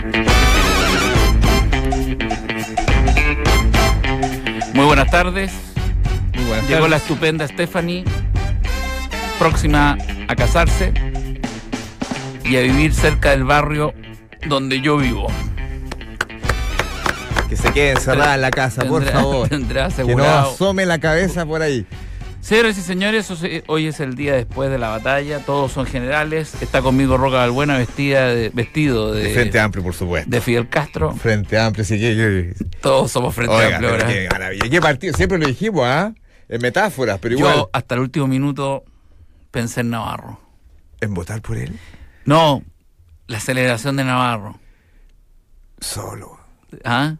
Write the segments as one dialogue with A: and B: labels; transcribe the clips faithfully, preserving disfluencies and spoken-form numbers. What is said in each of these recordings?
A: Muy buenas tardes.
B: Muy buenas
A: Llegó
B: tardes.
A: la estupenda Stephanie, próxima a casarse y a vivir cerca del barrio donde yo vivo.
B: Que se quede encerrada en la casa, por
A: Tendrá-
B: favor.
A: tendrá
B: Que no
A: asegurado.
B: asome la cabeza por ahí.
A: Señores y señores, hoy es el día después de la batalla. Todos son generales. Está conmigo Roca Balbuena vestida de, vestido de,
B: Frente Amplio, por supuesto.
A: de Fidel Castro.
B: Frente Amplio, sí que... que-
A: Todos somos Frente
B: Oiga,
A: Amplio
B: pero
A: ahora.
B: qué maravilla. Qué partido, siempre lo dijimos, ¿ah? En metáforas, pero igual.
A: Yo hasta el último minuto pensé en Navarro.
B: ¿En votar por él?
A: No, la celebración de Navarro.
B: Solo.
A: ¿Ah?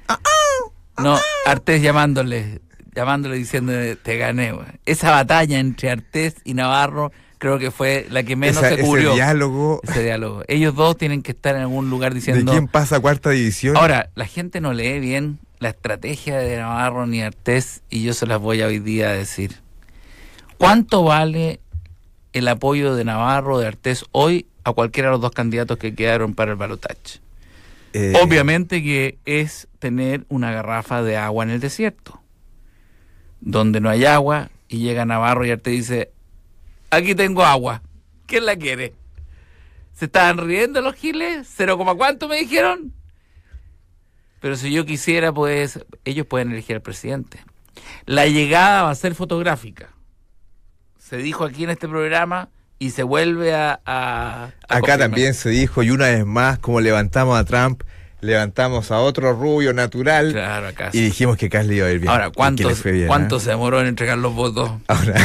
A: No, Artés llamándole, llamándole diciéndole, te gané, güey. Esa batalla entre Artés y Navarro creo que fue la que menos
B: Esa-
A: se cubrió.
B: Ese diálogo.
A: Ese diálogo. Ellos dos tienen que estar en algún lugar
B: ¿De
A: diciendo...
B: quién pasa a cuarta división?
A: Ahora, la gente no lee bien la estrategia de Navarro ni Artés y yo se las voy a hoy día a decir. ¿Cuánto vale el apoyo de Navarro, de Artés hoy a cualquiera de los dos candidatos que quedaron para el balotaje?
B: Eh,
A: Obviamente que es tener una garrafa de agua en el desierto, donde no hay agua y llega Navarro y Artés dice, aquí tengo agua, ¿quién la quiere? ¿Se estaban riendo los giles? ¿Cero coma cuánto me dijeron? Pero si yo quisiera, pues ellos pueden elegir al presidente. La llegada va a ser fotográfica. Se dijo aquí en este programa y se vuelve a... a- a
B: Acá
A: confirmar.
B: también se dijo, y una vez más, como levantamos a Trump, levantamos a otro rubio natural,
A: Claro, acá
B: y
A: sí.
B: dijimos que Carl le iba a ir bien.
A: Ahora,
B: Y que
A: ¿cuánto,
B: le fue bien,
A: ¿cuánto
B: ¿eh?
A: se demoró en entregar los votos?
B: Ahora,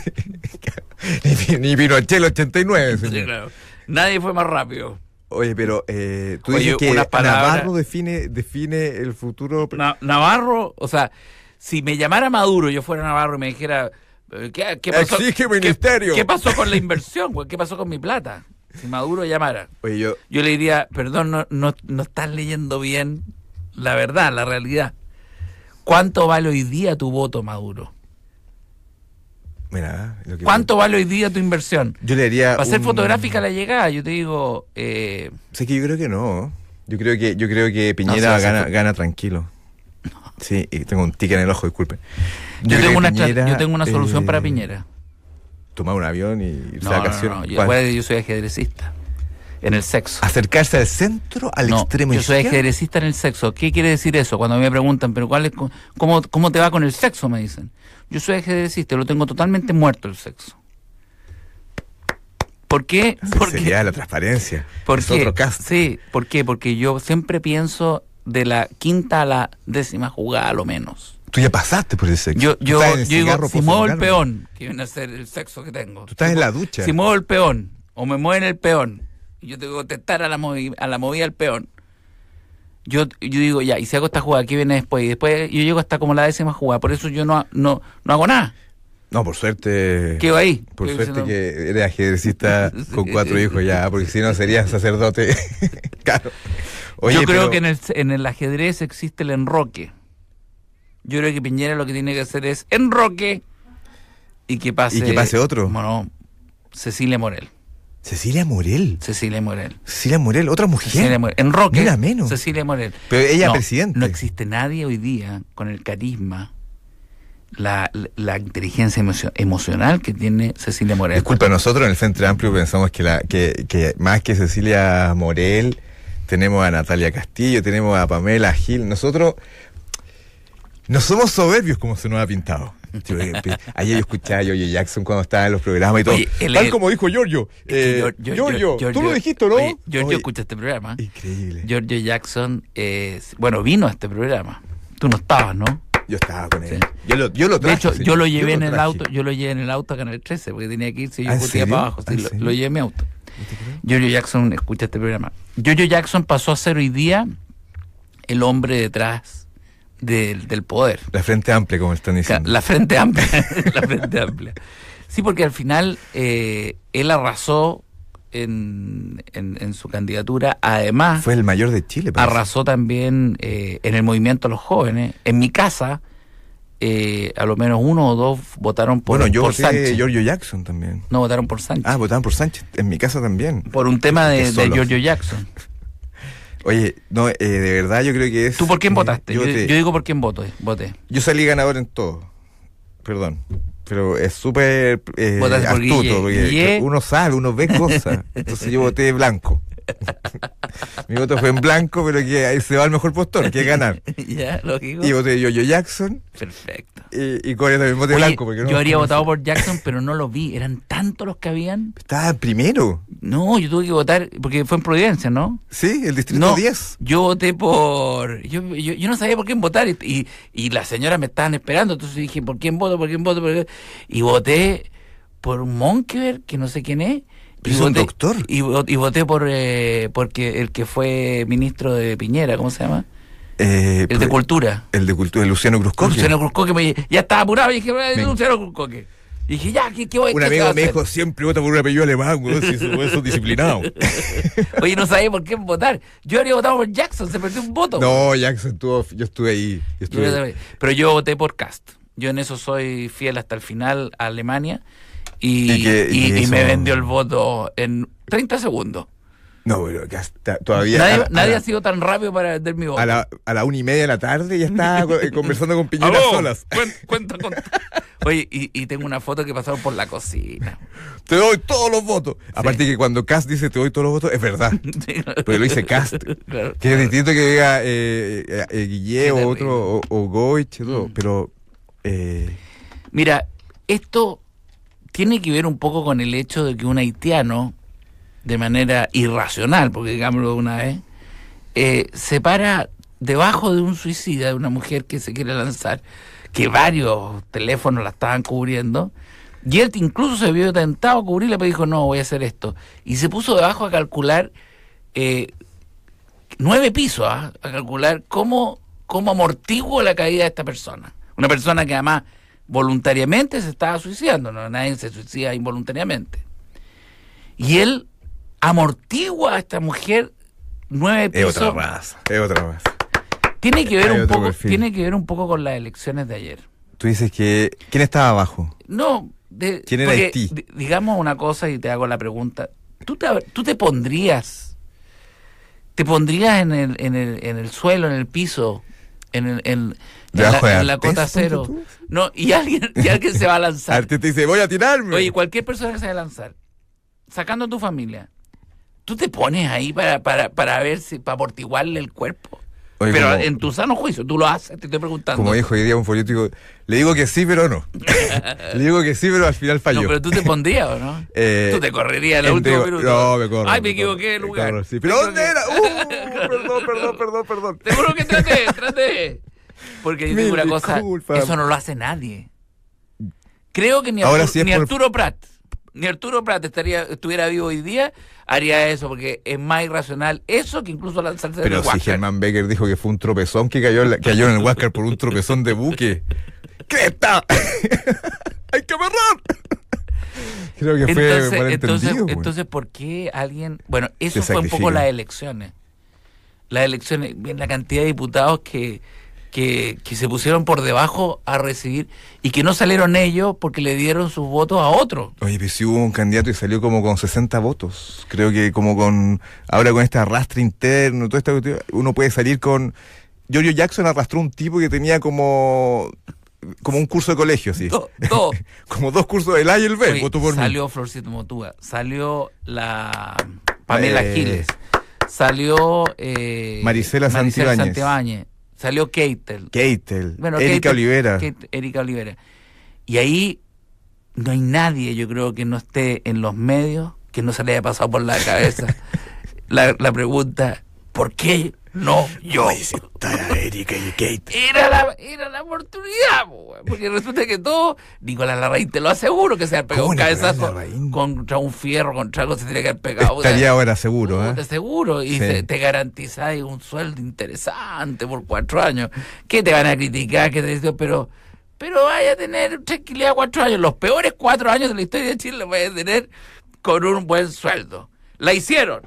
B: ni, ni Pinochet el ochenta y nueve, señor.
A: Sí, claro. Nadie fue más rápido.
B: Oye, pero eh, tú
A: Oye,
B: dices que
A: unas palabras-
B: Navarro define, define el futuro.
A: Na- Navarro, o sea, si me llamara Maduro, yo fuera Navarro y me dijera, eh, ¿qué, qué pasó?
B: Exige
A: ¿Qué-
B: ministerio.
A: ¿Qué, pasó con la inversión, güey? ¿Qué pasó con mi plata? Si Maduro llamara,
B: Oye, yo,
A: yo le diría, perdón, no, no, no estás leyendo bien la verdad, la realidad. ¿Cuánto vale hoy día tu voto, Maduro?
B: mira, lo que
A: ¿Cuánto vale hoy día tu inversión?
B: yo le haría.
A: Para ser
B: un-
A: fotográfica la llegada, yo te digo, eh,
B: Sé que yo creo que no. Yo creo que, yo creo que
A: No,
B: Piñera
A: sí, sí,
B: gana,
A: sí.
B: gana tranquilo. Sí, y tengo un tique en el ojo, disculpe.
A: yo,
B: creo
A: tengo
B: que
A: una, estra-
B: Piñera,
A: yo tengo una solución
B: eh,
A: para Piñera.
B: Tomar un avión y irse
A: No,
B: de
A: no,
B: vacaciones.
A: no, yo,
B: ¿Cuál?
A: acuérdate, yo soy ajedrecista en el sexo.
B: Acercarse al centro, al
A: No,
B: extremo
A: yo soy
B: izquierdo.
A: ajedrecista en el sexo. ¿Qué quiere decir eso? Cuando me preguntan, pero cuál es, cómo, ¿cómo te va con el sexo? Me dicen. Yo soy ajedrecista, lo tengo totalmente muerto el sexo. ¿Por qué?
B: La
A: Porque,
B: sinceridad, la transparencia.
A: ¿por
B: es
A: qué?
B: otro caso.
A: Sí, ¿por qué? Porque yo siempre pienso de la quinta a la décima jugada a lo menos.
B: Tú ya pasaste por el sexo.
A: Yo,
B: Tú
A: yo,
B: estás en el
A: yo digo,
B: cigarro
A: si muevo el
B: post-cigarro.
A: peón, que viene a ser el sexo que tengo.
B: Tú estás
A: si
B: en la
A: mu-
B: ducha.
A: Si muevo el peón, o me mueven el peón, y yo tengo que contestar a la, movi- a la movida del peón, yo, yo digo, ya, y si hago esta jugada, ¿qué viene después? Y después yo llego hasta como la décima jugada, por eso yo no, no, no hago nada.
B: No, por suerte.
A: Quedo ahí.
B: Por
A: Estoy
B: suerte
A: diciendo-
B: que eres ajedrecista con cuatro hijos ya, porque si no serías sacerdote. Claro. Oye,
A: yo creo
B: pero-
A: que en el, en el ajedrez existe el enroque. Yo creo que Piñera lo que tiene que hacer es enroque y que pase...
B: ¿Y que pase otro?
A: Bueno, Cecilia Morel.
B: Cecilia Morel.
A: Cecilia Morel.
B: Cecilia Morel, otra mujer.
A: Cecilia Morel. Enroque.
B: Mira menos.
A: Cecilia Morel.
B: Pero ella
A: No,
B: presidente.
A: No existe nadie hoy día con el carisma, la, la, la inteligencia emocio- emocional que tiene Cecilia Morel.
B: Disculpa, nosotros en el Frente Amplio pensamos que, la, que, que más que Cecilia Morel, tenemos a Natalia Castillo, tenemos a Pamela Gil. Nosotros no somos soberbios como se nos ha pintado. Yo, eh, ayer yo escuchaba a Giorgio Jackson cuando estaba en los programas y todo.
A: Oye, él
B: Tal
A: es-
B: como dijo Giorgio.
A: Es que
B: Eh,
A: Gior- Gior-
B: Giorgio,
A: Gior-
B: tú lo
A: Gior-
B: dijiste, ¿no?
A: Oye, Giorgio
B: Oye,
A: escucha este programa.
B: increíble.
A: Giorgio Jackson, eh, bueno, vino a este programa. Tú no estabas, ¿no?
B: Yo estaba con él.
A: Sí.
B: Yo, lo, yo lo
A: De
B: traje.
A: hecho,
B: señor.
A: yo lo llevé en
B: lo
A: el
B: traje.
A: auto, yo lo llevé en el auto a Canal trece, porque tenía que irse y yo
B: ¿Ah, en
A: putía
B: serio?
A: para abajo.
B: ¿Ah,
A: Sí,
B: en
A: lo,
B: serio?
A: lo llevé en mi auto.
B: ¿No te creo?
A: Giorgio Jackson escucha este programa. Giorgio Jackson pasó a ser hoy día el hombre detrás del, del poder.
B: La Frente Amplia, como están
A: Ca-
B: diciendo.
A: La frente amplia. La frente amplia. Sí, porque al final eh, él arrasó en, en, en su candidatura. Además,
B: Fue el mayor de Chile. parece.
A: arrasó también eh, en el movimiento de los jóvenes. En mi casa, eh, a lo menos uno o dos votaron por,
B: Bueno, yo
A: por
B: voté
A: Sánchez.
B: Giorgio Jackson también.
A: No, votaron por Sánchez.
B: Ah, votaban por Sánchez. En mi casa también.
A: por un tema de,
B: que
A: de
B: solos.
A: Giorgio Jackson.
B: Oye, no, eh, de verdad yo creo que es...
A: ¿Tú por quién
B: eh,
A: votaste?
B: Yo,
A: Yo,
B: te-
A: yo digo por quién voto, eh, voté.
B: yo salí ganador en todo. Perdón. Pero es súper eh,
A: Votaste por
B: astuto,
A: Guille.
B: porque
A: Guille.
B: uno sabe, uno ve cosas. Entonces yo voté blanco. Mi voto fue en blanco, pero que ahí se va el mejor postor, que es ganar.
A: Ya, lógico.
B: Y voté Yo-Yo Jackson
A: Perfecto.
B: y, y Corea también voté
A: Oye,
B: blanco. Porque no,
A: yo habría
B: no
A: votado
B: sé.
A: por Jackson, pero no lo vi. Eran tantos los que habían.
B: Estaba primero.
A: No, yo tuve que votar porque fue en Providencia, ¿no?
B: Sí, el distrito
A: No,
B: diez.
A: yo voté por... Yo, yo, yo no sabía por quién votar y, y, y las señoras me estaban esperando, entonces dije, ¿por quién voto? ¿Por quién voto? ¿Por quién? Y voté por un Monkeberg, que no sé quién es.
B: ¿Es
A: Y
B: un
A: voté-
B: doctor?
A: Y, vo- y voté por eh, porque el que fue ministro de Piñera, ¿cómo se llama?
B: Eh,
A: El de Cultura.
B: El de Cultura, Luciano Cruzcoque.
A: Luciano Cruzcoque, me, ya estaba apurado y dije,
B: Me-
A: Luciano Cruzcoque. Y dije, ya, ¿qué, qué voy
B: Un
A: qué se va
B: amigo
A: a
B: me
A: hacer?
B: dijo, siempre vota por un apellido alemán, güey, si eso es disciplinado.
A: Oye, no sabía por quién votar. Yo habría votado por Jackson, se perdió un voto.
B: No, Jackson, estuvo, yo estuve ahí. Yo
A: Yo
B: estuve
A: también. Pero yo voté por Cast. Yo en eso soy fiel hasta el final a Alemania. Y,
B: Y que-
A: y-
B: y
A: y
B: eso-
A: me vendió el voto en treinta segundos.
B: No, pero que hasta todavía.
A: Nadie,
B: a, la-
A: nadie
B: a,
A: ha
B: la,
A: sido tan rápido para vender mi voto.
B: a, la, a la una y media de la tarde ya estaba co- eh, conversando con Piñera
A: ¡Aló!
B: solas.
A: Cuen- Cuenta con... Oye, y, y tengo una foto que pasaron por la cocina.
B: Te doy todos los votos. Aparte que cuando Cast dice te doy todos los votos, es verdad.
A: Sí,
B: Porque lo dice Cast.
A: claro.
B: Que es distinto que diga eh, eh, eh, Guille
A: Qué
B: o
A: terrible.
B: otro, o, o Goich y todo.
A: Mm.
B: Pero. Eh,
A: Mira, esto tiene que ver un poco con el hecho de que un haitiano, de manera irracional, porque digámoslo de una vez, eh, se para debajo de un suicida, de una mujer que se quiere lanzar, que varios teléfonos la estaban cubriendo, y él incluso se vio tentado a cubrirla, pero dijo, no, voy a hacer esto. Y se puso debajo a calcular eh, nueve pisos, ¿ah? a calcular cómo, cómo amortiguo la caída de esta persona. Una persona que además voluntariamente se estaba suicidando, no, nadie se suicida involuntariamente. Y él amortigua a esta mujer nueve
B: es
A: pisos.
B: otra raza. Es otra raza.
A: Tiene que ver
B: Hay
A: un
B: otro
A: poco,
B: perfil.
A: tiene que ver un poco con las elecciones de ayer.
B: Tú dices que. ¿Quién estaba abajo?
A: No, de,
B: ¿Quién era
A: porque,
B: Haití?
A: di- digamos una cosa y te hago la pregunta. ¿Tú te, tú te pondrías, te pondrías en el, en el, en el suelo, en el piso, en, el, en, en
B: ¿Debajo
A: la,
B: de
A: en la
B: Artés,
A: cota
B: ponte
A: cero?
B: tú?
A: No, y alguien, y alguien se va a lanzar.
B: Arte te dice, voy a tirarme.
A: Oye, cualquier persona que se va a lanzar, sacando a tu familia, tú te pones ahí para, para, para ver si, para amortiguarle el cuerpo.
B: Oye,
A: Pero
B: como-
A: en tu sano juicio, tú lo haces, te estoy preguntando.
B: Como dijo hoy día un político, le digo que sí, pero no. le digo que sí, pero al final falló.
A: No, pero tú te pondrías, ¿o no?
B: Eh,
A: Tú te correrías en el
B: entre-
A: último minuto.
B: No, me corro.
A: Ay, me
B: me
A: equivoqué de
B: corro, me
A: lugar.
B: corro, sí.
A: Me
B: ¿Pero dónde era?
A: equivoqué.
B: Uh, perdón, perdón, perdón, perdón.
A: Seguro que traté, traté. Porque yo
B: Mil
A: digo una cosa,
B: disculpas.
A: eso no lo hace nadie. Creo que ni
B: Ahora
A: Arturo,
B: sí es
A: ni
B: por-
A: Arturo Prat, ni Arturo Prat estaría, estuviera vivo hoy día, haría eso, porque es más irracional eso que incluso lanzarse
B: Pero
A: del
B: si
A: Huáscar.
B: Germán Becker dijo que fue un tropezón que cayó, en la- cayó en el Huáscar por un tropezón de buque. ¡Cresta! ¡Hay que amarrar! Creo que fue
A: Entonces,
B: malentendido.
A: entonces,
B: güey.
A: entonces, ¿por qué alguien...? Bueno, eso
B: Se
A: fue un poco
B: sacrifica.
A: las elecciones. Las elecciones, bien, la cantidad de diputados que, que, que se pusieron por debajo a recibir y que no salieron ellos porque le dieron sus votos a otro.
B: Oye, pues sí hubo un candidato y salió como con sesenta votos. Creo que como con... Ahora con este arrastre interno, toda esta cuestión, uno puede salir con... Giorgio Jackson arrastró un tipo que tenía como... Como un curso de colegio, sí.
A: Do- Dos.
B: Como dos cursos, el A y el B,
A: Oye,
B: votó por mí.
A: salió Florcito Motúa, salió la Pamela
B: Eh.
A: Giles, salió eh,
B: Marisela Santibáñez.
A: Santibáñez, salió Keitel.
B: Keitel,
A: Bueno,
B: Erika
A: Keitel-
B: Olivera.
A: Keitel- Erika Olivera. Y ahí no hay nadie, yo creo, que no esté en los medios, que no se le haya pasado por la cabeza la, la pregunta, ¿por qué no yo?
B: Oye, si está la Erika y Keitel.
A: Era la, era la oportunidad, po, weón, porque resulta que todo, Nicolás Larraín, te lo aseguro que se ha pegado
B: ¿Cómo
A: un
B: Nicolás
A: cabezazo
B: Larraín?
A: contra un fierro, contra algo se tiene que haber pegado. o sea,
B: Estaría ahora seguro, ¿eh?
A: puta, seguro, y
B: Sí.
A: se- te garantizáis un sueldo interesante por cuatro años. ¿Qué te van a criticar? ¿Qué te dicen? Pero, pero vaya a tener tranquilidad cuatro años. Los peores cuatro años de la historia de Chile los vaya a tener con un buen sueldo. La hicieron.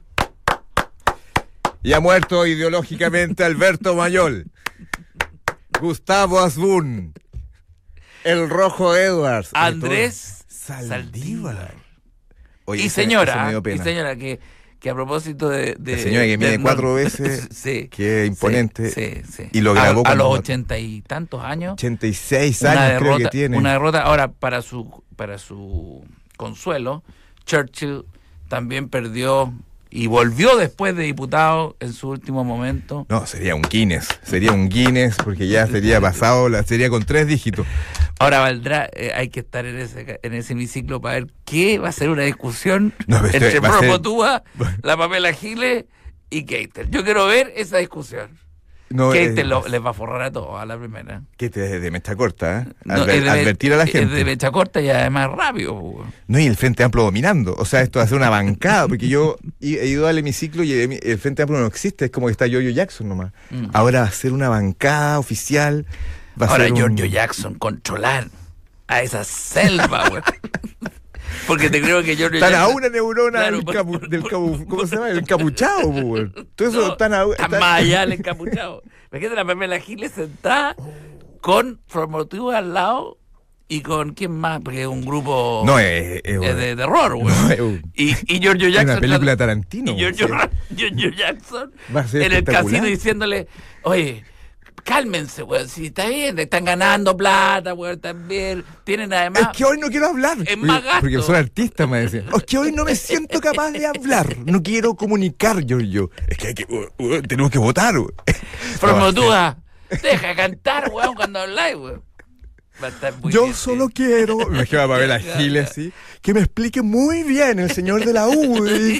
B: Y ha muerto ideológicamente Alberto Mayol, Gustavo Asbun, el Rojo Edwards,
A: Andrés
B: Saldívar.
A: Saldívar.
B: Oye,
A: Y
B: ese-
A: señora,
B: ese me dio
A: y
B: pena.
A: señora que, que a propósito de... de
B: la señora que mide
A: de,
B: cuatro
A: no,
B: veces,
A: sí,
B: que es imponente,
A: sí, sí, sí.
B: y lo grabó
A: a, a los
B: cuando-
A: ochenta y tantos años.
B: ochenta y seis
A: una
B: años
A: derrota,
B: creo que tiene.
A: Una derrota. Ahora, para su, para su consuelo, Churchill también perdió y volvió después de diputado en su último momento.
B: No, sería un Guinness, sería un Guinness porque ya sería pasado, la sería con tres dígitos.
A: Ahora valdrá, eh, hay que estar en ese en ese hemiciclo para ver qué va a ser una discusión
B: No, pero
A: entre
B: va a ser-
A: Promotúa, la Pamela Giles y Keiter. Yo quiero ver esa discusión.
B: No,
A: Keiter
B: eh,
A: lo- les va a forrar a todos a la primera.
B: que te de, de mecha corta, ¿eh?
A: No,
B: Adver-
A: es de-
B: advertir a la
A: es
B: gente.
A: de mecha corta y además rápido. po.
B: No, y el Frente Amplio dominando. O sea, esto va a ser una bancada, porque yo he he ido al hemiciclo y el, el Frente Amplio no existe, es como que está Giorgio Jackson nomás.
A: Mm.
B: Ahora va a ser una bancada oficial. Va a
A: Ahora
B: ser un-
A: Giorgio Jackson controlar a esa selva, güey. Porque te creo que Giorgio
B: Están a
A: Jackson...
B: una neurona
A: Claro,
B: del,
A: por-
B: capu-
A: por-
B: del
A: por-
B: capu- ¿cómo se llama? El capuchado, po, weón. Todo eso
A: No,
B: están a
A: está
B: están-
A: más allá el encapuchado. Imagínate la Pamela Giles sentada con Formotiva al lado y con quién más, porque es un grupo
B: No, es, es,
A: eh, de terror, güey.
B: no, es un-
A: Y, y Giorgio
B: es
A: Jackson.
B: una película de Tarantino.
A: Y
B: weón,
A: Giorgio,
B: sí.
A: Giorgio Jackson
B: Va a ser
A: en el
B: espectacular.
A: casino diciéndole, oye, cálmense, weón, si está bien, están ganando plata, weón, también, tienen además...
B: Es que hoy no quiero hablar.
A: Es más gasto.
B: Porque soy artista, me decían. Es que hoy no me siento capaz de hablar. No quiero comunicar, yo yo. Es que, hay que uh, uh, tenemos que votar. weón.
A: Formotuda, deja de cantar, weón, cuando habláis, weón. Va a estar muy
B: Yo
A: bien,
B: solo
A: sí.
B: quiero, me imagino a Pamela Giles así, que me explique muy bien el señor de la U D I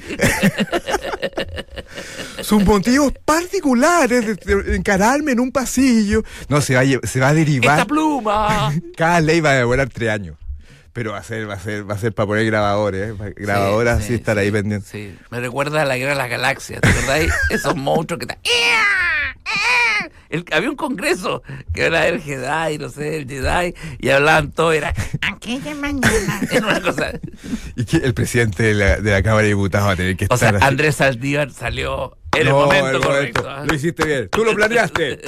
B: sus motivos particulares de, de encararme en un pasillo. No, se va a, lle- se va a derivar.
A: ¡Esta pluma!
B: Cada ley va a demorar tres años. Pero va a ser, va a ser, va a ser para poner grabadores, ¿eh? Pa- grabadoras, sí, estar ahí pendiente.
A: Sí, me recuerda a la guerra de las galaxias, ¿te acordáis? Esos monstruos que están... El- había un congreso que era el Jedi, no sé, el Jedi, y hablaban todo, era aquella mañana. Era una cosa.
B: Y que el presidente de la, de la Cámara de Diputados va a tener que
A: O sea,
B: estar así.
A: Andrés Saldívar salió en el
B: No,
A: momento
B: el
A: correcto.
B: momento.
A: ¿ah?
B: Lo hiciste bien. Tú lo planeaste.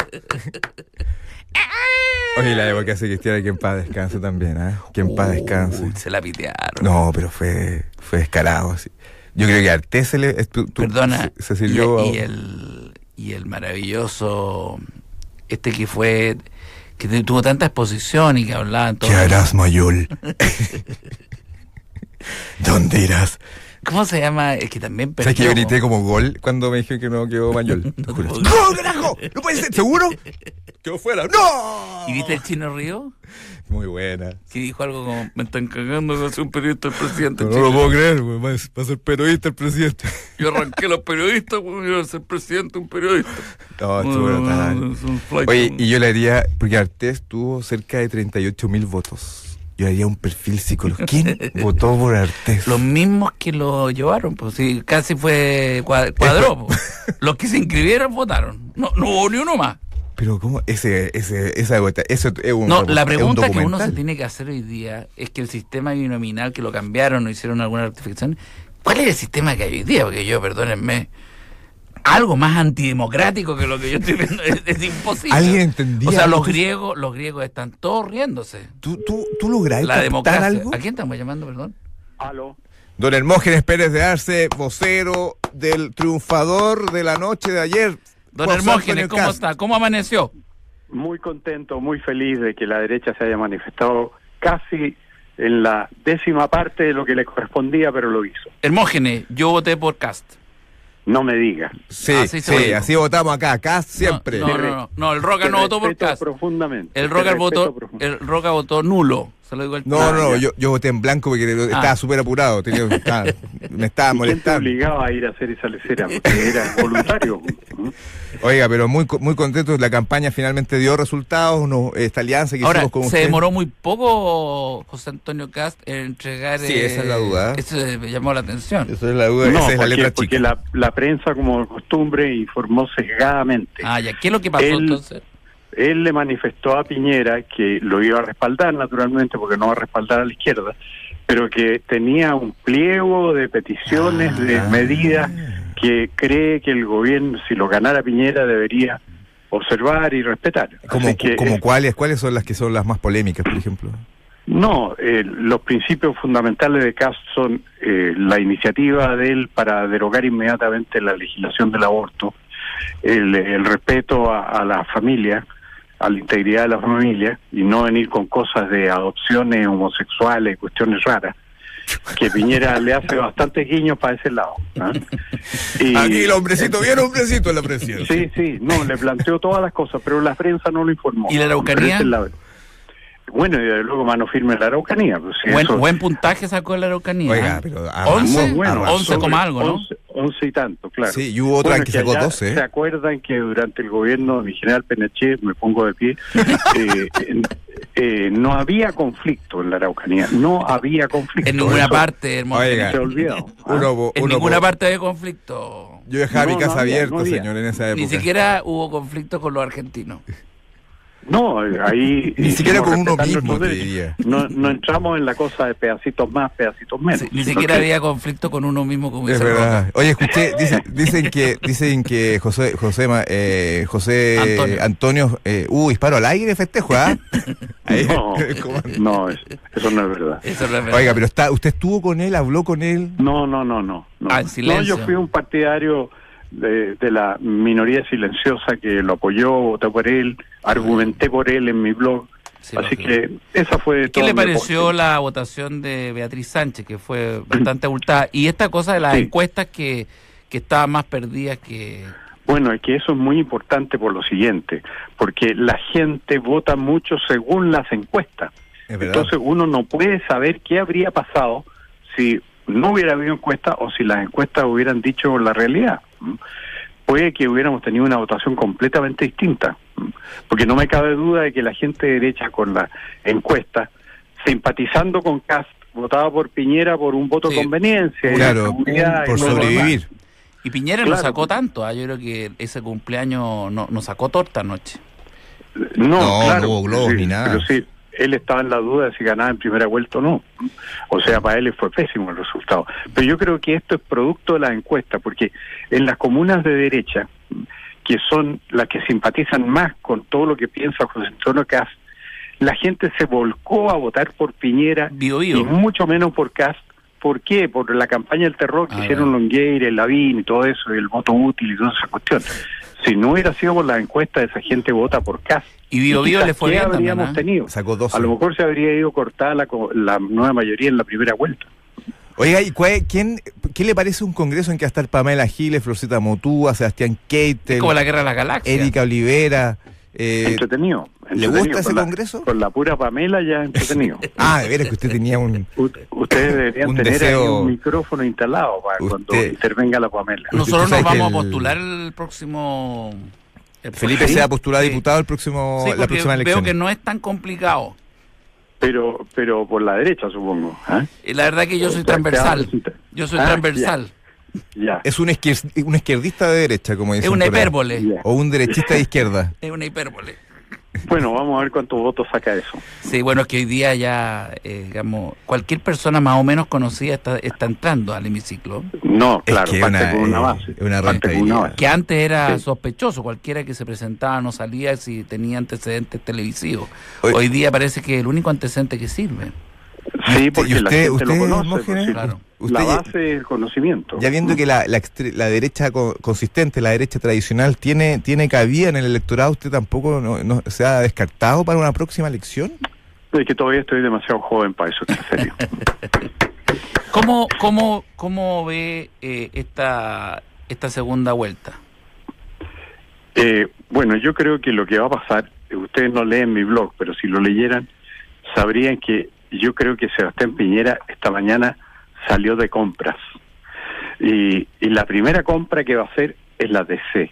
B: Oye, la democracia cristiana, que en paz descanse también, ¿eh? Que en paz descanse.
A: Uy, se la pitearon.
B: No, pero fue, fue descarado, así. Yo creo que a Artés se le... es- tú- tú-
A: Perdona,
B: se, se sirvió...
A: y, y el, y el maravilloso, este que fue, que te- tuvo tanta exposición y que hablaban todo.
B: ¿Qué harás, Mayol? ¿Dónde irás?
A: ¿Cómo se llama? Es que también
B: ¿Sabes que yo
A: perdió.
B: grité como gol cuando me dijeron que no quedó Mayol?
A: No
B: Te
A: te
B: juro.
A: puedo
B: ¡Gol, carajo! ¿No puede ser? ¿Seguro? Quedó fuera. ¡No!
A: ¿Y viste el Chino Río?
B: Muy buena.
A: Que dijo algo como, me están cagando de ser un periodista el presidente.
B: No,
A: chileno.
B: lo puedo creer, güey. Va a va a ser periodista el presidente.
A: Yo arranqué a los periodistas, güey, iba a ser presidente un periodista.
B: No, estuvo brutal.
A: Es un flight.
B: Oye, y yo le haría, porque Artés tuvo cerca de treinta y ocho mil votos. Yo haría un perfil psicológico. ¿Quién votó por Artés?
A: Los mismos que lo llevaron, pues sí, casi fue cua- cuadró. pues. Los que se inscribieron votaron. No, no hubo ni uno más.
B: Pero ¿cómo? Ese, ese, esa vota, eso es un
A: No,
B: es
A: la
B: un
A: pregunta que uno
B: documental.
A: se tiene que hacer hoy día es que el sistema binominal que lo cambiaron o hicieron alguna rectificación, ¿cuál es el sistema que hay hoy día? Porque yo, perdónenme, algo más antidemocrático que lo que yo estoy viendo es, es imposible.
B: ¿Alguien entendía
A: O sea, los
B: algo?
A: griegos, los griegos están todos riéndose.
B: ¿Tú, tú, tú lográs
A: La
B: captar
A: democracia.
B: algo?
A: ¿A quién estamos llamando, perdón?
C: Aló.
B: Don Hermógenes Pérez de Arce, vocero del triunfador de la noche de ayer.
A: Don
B: José
A: Hermógenes,
B: Antonio
A: ¿cómo
B: Cast.
A: está? ¿Cómo amaneció?
C: Muy contento, muy feliz de que la derecha se haya manifestado casi en la décima parte de lo que le correspondía, pero lo hizo.
A: Hermógenes, yo voté por Cast.
C: No me diga.
B: Sí,
A: Así se
B: sí,
A: lo digo.
B: así votamos acá, acá siempre.
A: No, no, no, no, no, el Roca
C: Te
A: no votó por
C: respeto
A: Cast.
C: profundamente.
A: El
C: Te
A: Roca
C: respeto
A: votó,
C: profundamente.
A: el Roca votó nulo. Se lo digo al
B: No,
C: Ah,
B: no,
C: ya.
B: yo, yo voté en blanco porque estaba súper apurado. Tenía, estaba- me estaba
C: ¿Y quién te
B: molestando.
C: obligaba a ir a hacer esa lecera? Porque era voluntario. ¿Mm?
B: Oiga, pero muy, co- muy contento. La campaña finalmente dio resultados. No, esta alianza que
A: Ahora,
B: hicimos con
A: se
B: usted.
A: demoró muy poco José Antonio Cast en entregar...
B: Sí, esa es la duda.
A: Eso me llamó la atención.
B: Eso es la duda,
C: No,
B: esa es la
C: porque,
B: letra
C: porque
B: chica.
C: la, la prensa, como de costumbre, informó sesgadamente.
A: Ah, ya, ¿qué es lo que pasó
C: Él-
A: entonces?
C: Él le manifestó a Piñera que lo iba a respaldar, naturalmente, porque no va a respaldar a la izquierda, pero que tenía un pliego de peticiones, de
B: Ah.
C: medidas que cree que el gobierno, si lo ganara Piñera, debería observar y respetar.
B: Como,
C: Así que,
B: como
C: eh,
B: cuáles, cuáles son las que son las más polémicas, por ejemplo.
C: No, eh, los principios fundamentales de Kast son eh, la iniciativa de él para derogar inmediatamente la legislación del aborto, el, el respeto a, a la familia, a la integridad de la familia, y no venir con cosas de adopciones homosexuales, cuestiones raras, que Piñera le hace bastantes guiños para ese lado. ¿eh? Y,
B: Aquí el hombrecito, bien hombrecito en la presidencia.
C: Sí, sí, no, le planteó todas las cosas, pero la prensa no lo informó.
A: ¿Y la Araucanía?
C: Bueno, y desde luego mano firme en la Araucanía. Pues, si
A: buen,
C: eso...
A: buen puntaje sacó la Araucanía.
B: Oiga, pero
A: once,
C: muy bueno,
A: once coma algo, ¿no?
C: once, once y tanto, claro.
B: Sí, y hubo otra
C: bueno,
B: que,
C: que
B: sacó
C: allá
B: doce. ¿eh?
C: ¿Se acuerdan que durante el gobierno de mi general Pinochet, me pongo de pie, eh, eh, eh, no había conflicto en la Araucanía? No había conflicto.
A: En ninguna
C: Eso
A: parte, hermano.
B: Oiga.
C: se ha olvidado. ¿ah?
B: Uno,
A: En
B: uno,
A: ninguna
B: uno,
A: parte de conflicto.
B: Yo dejaba
C: No,
B: mi casa
C: no había,
B: abierta,
C: no había.
B: señor, en esa época.
A: Ni siquiera hubo conflicto con los argentinos.
C: No, ahí...
B: Ni siquiera con uno
C: respetando
B: mismo,
C: nuestros
B: te
C: derechos.
B: diría.
C: No, no entramos en la cosa de pedacitos más, pedacitos menos.
A: Sí, ni
C: sino
A: siquiera
C: que-
A: había conflicto con uno mismo, como
B: Es
A: dice
B: verdad.
A: Roca.
B: Oye, escuché, dice- dicen que dicen que José José Ma- eh, José
A: Antonio.
B: Antonio eh, hubo disparo al aire, festejo, ¿ah? Ahí,
C: No,
B: ¿cómo?
C: no, eso, eso no es verdad.
A: Eso no es verdad.
B: Oiga, pero está, usted estuvo con él, habló con él.
C: No, no, no, no. No,
A: Ah, en silencio.
C: No, yo fui un partidario de, de la minoría silenciosa que lo apoyó, voté por él, argumenté por él en mi blog.
A: Sí,
C: Así
A: lógico.
C: que esa fue
A: ¿Qué
C: toda
A: le
C: mi
A: pareció
C: aporte.
A: la votación de Beatriz Sánchez, que fue bastante abultada? Y esta cosa de las
C: Sí.
A: encuestas que, que estaban más perdidas que...
C: Bueno, es que eso es muy importante por lo siguiente, porque la gente vota mucho según las encuestas.
B: Es verdad.
C: Entonces uno no puede saber qué habría pasado si no hubiera habido encuestas o si las encuestas hubieran dicho la realidad. ¿Mm? Puede que hubiéramos tenido una votación completamente distinta, ¿m? Porque no me cabe duda de que la gente de derecha con la encuesta, simpatizando con Kast, votaba por Piñera por un voto
A: Sí.
C: de conveniencia, y de
B: Claro,
C: seguridad y
B: por
C: todo lo demás.
B: sobrevivir.
A: Y Piñera
C: Claro.
A: no sacó tanto, ¿ah? Yo creo que ese cumpleaños no, no sacó torta anoche.
C: No,
B: No,
C: claro,
B: no hubo globos
C: sí,
B: ni nada.
C: Pero sí, él estaba en la duda de si ganaba en primera vuelta o no. O sea, para él fue pésimo el resultado. Pero yo creo que esto es producto de la encuesta, porque en las comunas de derecha, que son las que simpatizan más con todo lo que piensa José Antonio Kast, la gente se volcó a votar por Piñera
A: Bio,
C: y
A: bio.
C: mucho menos por Kast. ¿Por qué? Por la campaña del terror que
A: Ah,
C: hicieron
A: bueno.
C: Longueira, Lavín y todo eso, y el voto útil y toda esa cuestión. Si no hubiera sido por la encuesta, esa gente vota por Kast.
A: Y Bio Bio
C: quizás,
A: le fue
C: ¿qué
A: bien también,
C: habríamos
A: ¿ah?
C: tenido?
B: Sacó doce.
C: A lo mejor se habría ido cortada la, co- la nueva mayoría en la primera vuelta.
B: Oiga, ¿y cuál- quién, qué le parece un congreso en que va a estar Pamela Giles, Florcita Motúa, Sebastián
A: Es
B: Keitel,
A: como la guerra de las galaxias.
B: Erika Olivera? Eh,
C: entretenido.
B: ¿le
C: entretenido.
B: gusta ese
C: Con la-
B: congreso?
C: Con la pura Pamela ya entretenido.
B: ah, de veras que usted tenía un...
C: U- Ustedes deberían
B: Un
C: tener
B: deseo-
C: ahí un micrófono instalado para cuando
B: Usted-
C: intervenga la Pamela.
A: Nosotros
B: Usted
A: nos
B: sabe que
A: vamos a
B: el-
A: postular el próximo... el
B: Felipe
A: próximo-
B: se va a postular a
A: Sí.
B: diputado el próximo,
A: Sí,
B: la
A: porque
B: próxima
A: veo
B: elección.
A: que no es tan complicado.
C: Pero pero por la derecha, supongo. ¿ah?
A: Y la verdad que yo soy
C: O sea, te
A: transversal.
C: hablo-
A: Yo soy
C: Ah,
A: transversal.
C: Ya.
B: Es un, izquier- un izquierdista de derecha, como dicen
A: Es una
B: por ahí.
A: hipérbole.
C: Ya.
B: O un derechista de izquierda.
A: Es una hipérbole.
C: Bueno, vamos a ver cuántos votos saca eso.
A: Sí, bueno, es que hoy día ya, eh, digamos, cualquier persona más o menos conocida está, está entrando al hemiciclo.
C: No,
B: Es
C: claro,
B: que
C: parte
B: una-
C: con una
B: eh,
C: base.
B: una
C: parte con
B: rentabilidad.
C: base.
A: Que antes era
C: Sí.
A: sospechoso, cualquiera que se presentaba no salía si tenía antecedentes televisivos.
B: Hoy-
A: Hoy día parece que es el único antecedente que sirve.
C: Sí, porque
B: ¿Y usted-
C: la gente
B: usted,
C: lo conoce.
B: Hermógenes?
C: pues,
A: Claro.
B: Usted
C: la
B: ya-
C: base es el conocimiento.
B: Ya viendo que la, la, extre- la derecha co- consistente, la derecha tradicional, tiene tiene cabida en el electorado, ¿usted tampoco no, no se ha descartado para una próxima elección?
C: Es que todavía estoy demasiado joven para eso, en serio.
A: ¿Cómo, cómo, cómo ve eh, esta, esta segunda vuelta?
C: Eh, bueno, yo creo que lo que va a pasar, eh, ustedes no leen mi blog, pero si lo leyeran, sabrían que yo creo que Sebastián Piñera esta mañana salió de compras. Y, y la primera compra que va a hacer es la D C.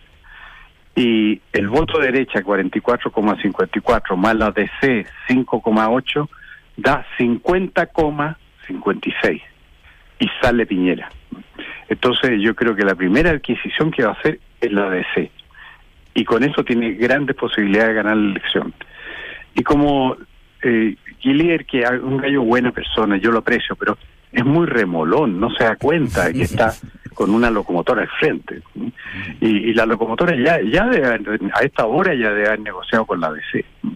C: Y el voto derecha, cuarenta y cuatro coma cincuenta y cuatro, más la D C, cinco coma ocho, da cincuenta coma cincuenta y seis. Y sale Piñera. Entonces yo creo que la primera adquisición que va a hacer es la D C. Y con eso tiene grandes posibilidades de ganar la elección. Y como eh, Guillier, que es un gallo buena persona, yo lo aprecio, pero es muy remolón, no se da cuenta de que está con una locomotora al frente. Y, y la locomotora ya ya debe haber- a esta hora ya debe haber negociado con la D C.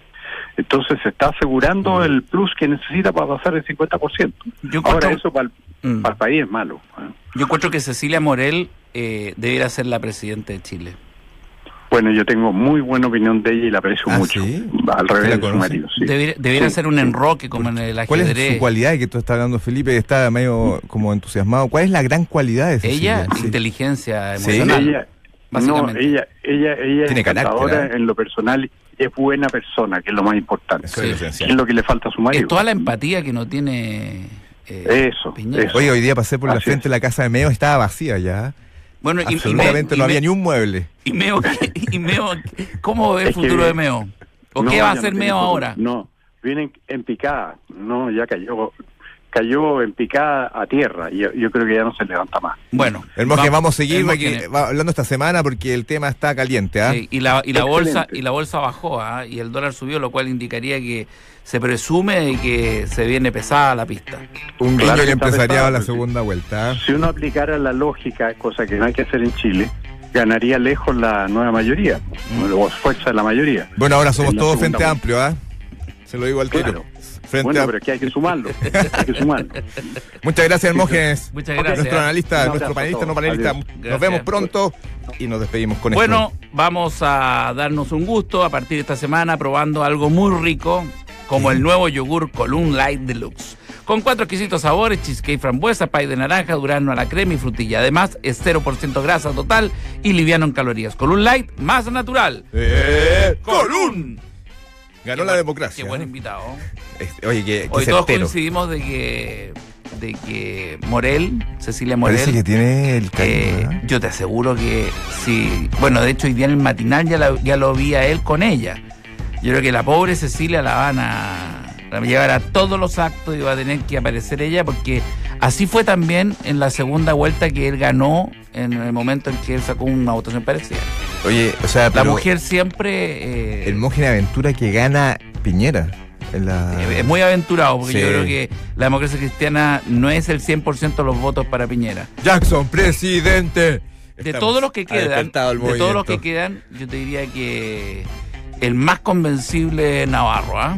C: Entonces se está asegurando
B: Mm.
C: el plus que necesita para pasar el cincuenta por ciento.
A: Yo encuentro-
C: Ahora eso para el,
A: Mm.
C: para el país es malo. ¿eh?
A: Yo encuentro que Cecilia Morel eh, debiera ser la presidenta de Chile.
C: Bueno, yo tengo muy buena opinión de ella y la aprecio
B: ¿Ah,
C: mucho.
B: sí?
C: Al
B: ¿Usted
C: revés
B: la
C: de su
B: conoce?
C: marido. Sí.
A: Debiera, debiera
C: Sí,
A: ser un
C: sí.
A: enroque como en el
B: ¿Cuál
A: ajedrez.
B: es su cualidad de que tú estás hablando, Felipe? Está medio como entusiasmado. ¿Cuál es la gran cualidad de Cecilia?
A: Ella,
B: Sí.
A: inteligencia
B: Sí.
A: emocional.
C: Ella, no,
A: básicamente.
C: ella, ella, ella
B: Tiene
C: es
B: carácter,
C: encantadora
B: ¿eh?
C: en lo personal y es buena persona, que es lo más importante.
B: Eso es
A: Sí.
B: lo
C: Que
B: esencial.
C: es lo que le falta a su marido.
A: Es toda la empatía que no tiene eh,
C: Eso,
A: Piñera.
C: eso.
B: Oye, hoy día pasé por la
C: Así
B: frente
C: es.
B: de la casa de Meo, estaba vacía ya.
A: Bueno, y, y
B: Absolutamente
A: Meo-
B: no
A: y
B: había
A: Meo-
B: ni un mueble.
A: Y Meo, y Meo, ¿cómo ve el
C: Es que-
A: futuro de Meo? ¿O
C: No,
A: qué va a
C: ya no
A: hacer
C: tiene
A: Meo
C: futuro.
A: ahora?
C: No, vienen en picada. No, ya cayó cayó en picada a tierra. Y yo, yo creo que ya no se levanta más.
A: Bueno,
B: El Moje,
A: va-
B: vamos a seguir
A: el
B: aquí,
A: Moje-
B: va hablando esta semana porque el tema está caliente. ¿ah?
A: Sí, y la, y la bolsa
C: Excelente.
A: y la bolsa bajó, ¿ah? Y el dólar subió, lo cual indicaría que se presume de que se viene pesada la pista.
B: Un
C: Claro
B: guiño
C: que
B: al
C: está
B: empresariado
C: pesado,
B: a la
C: porque-
B: segunda vuelta. ¿ah?
C: Si uno aplicara la lógica, cosa que no hay que hacer en Chile, ganaría lejos la nueva mayoría,
A: Mm.
C: o fuerza de la mayoría.
B: Bueno, ahora somos
C: En la
B: todos
C: segunda
B: Frente
C: vuelta.
B: Amplio, ¿ah? Se lo digo al tiro.
C: Claro.
B: Frente
C: Bueno,
B: Am-
C: pero es que hay que sumarlo. Hay que sumarlo.
B: Muchas gracias, Hermógenes.
A: Muchas
C: Ok.
A: gracias.
B: Nuestro analista,
C: Un
B: nuestro
C: abrazo
B: panelista,
C: a
B: no
C: todos.
B: panelista.
C: Adiós.
B: Nos
A: Gracias.
B: vemos pronto y nos despedimos con
A: Bueno,
B: esto.
A: vamos a darnos un gusto a partir de esta semana probando algo muy rico como el nuevo yogur Column Light Deluxe. Con cuatro exquisitos sabores, cheesecake frambuesa, pie de naranja, durazno a la crema y frutilla. Además, es cero por ciento grasa total y liviano en calorías. Column Light, más natural.
B: ¡Eh!
A: Column.
B: Ganó
A: Qué
B: la
A: buen-
B: democracia.
A: Qué buen
B: ¿eh?
A: invitado.
B: Este, oye, que, que
A: Hoy todos
B: certero.
A: coincidimos de que, de que Morel, Cecilia Morel,
B: Parece que tiene el
A: eh,
B: carisma. ¿eh?
A: yo te aseguro que sí. Bueno, de hecho, hoy día en el matinal ya, la- ya lo vi a él con ella. Yo creo que la pobre Cecilia la van a, la van a llevar a todos los actos y va a tener que aparecer ella, porque así fue también en la segunda vuelta que él ganó en el momento en que él sacó una votación parecida.
B: Oye, o sea,
A: La
B: pero
A: mujer siempre eh,
B: el Moje de Aventura que gana Piñera. En la...
A: eh, es muy aventurado, porque
B: Sí.
A: yo creo que la democracia cristiana no es el cien por ciento de los votos para Piñera.
B: Jackson, presidente.
A: De
B: Estamos-
A: todos los que
B: ha
A: quedan,
B: despertado el
A: de todos los
B: movimiento.
A: que quedan, yo te diría que el más convencible es Navarro, ¿ah?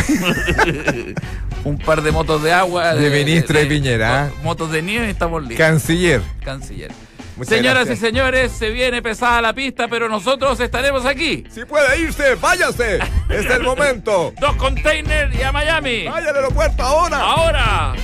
A: Un par de motos de agua.
B: De ministro de Piñera, ¿ah?
A: Motos de nieve y estamos listos.
B: Canciller.
A: Canciller.
B: Muchas
A: Señoras
B: gracias.
A: y señores, se viene pesada la pista, pero nosotros estaremos aquí.
B: Si puede irse, váyase. Es el momento.
A: Dos containers y a Miami.
B: Vaya al aeropuerto ahora.
A: Ahora.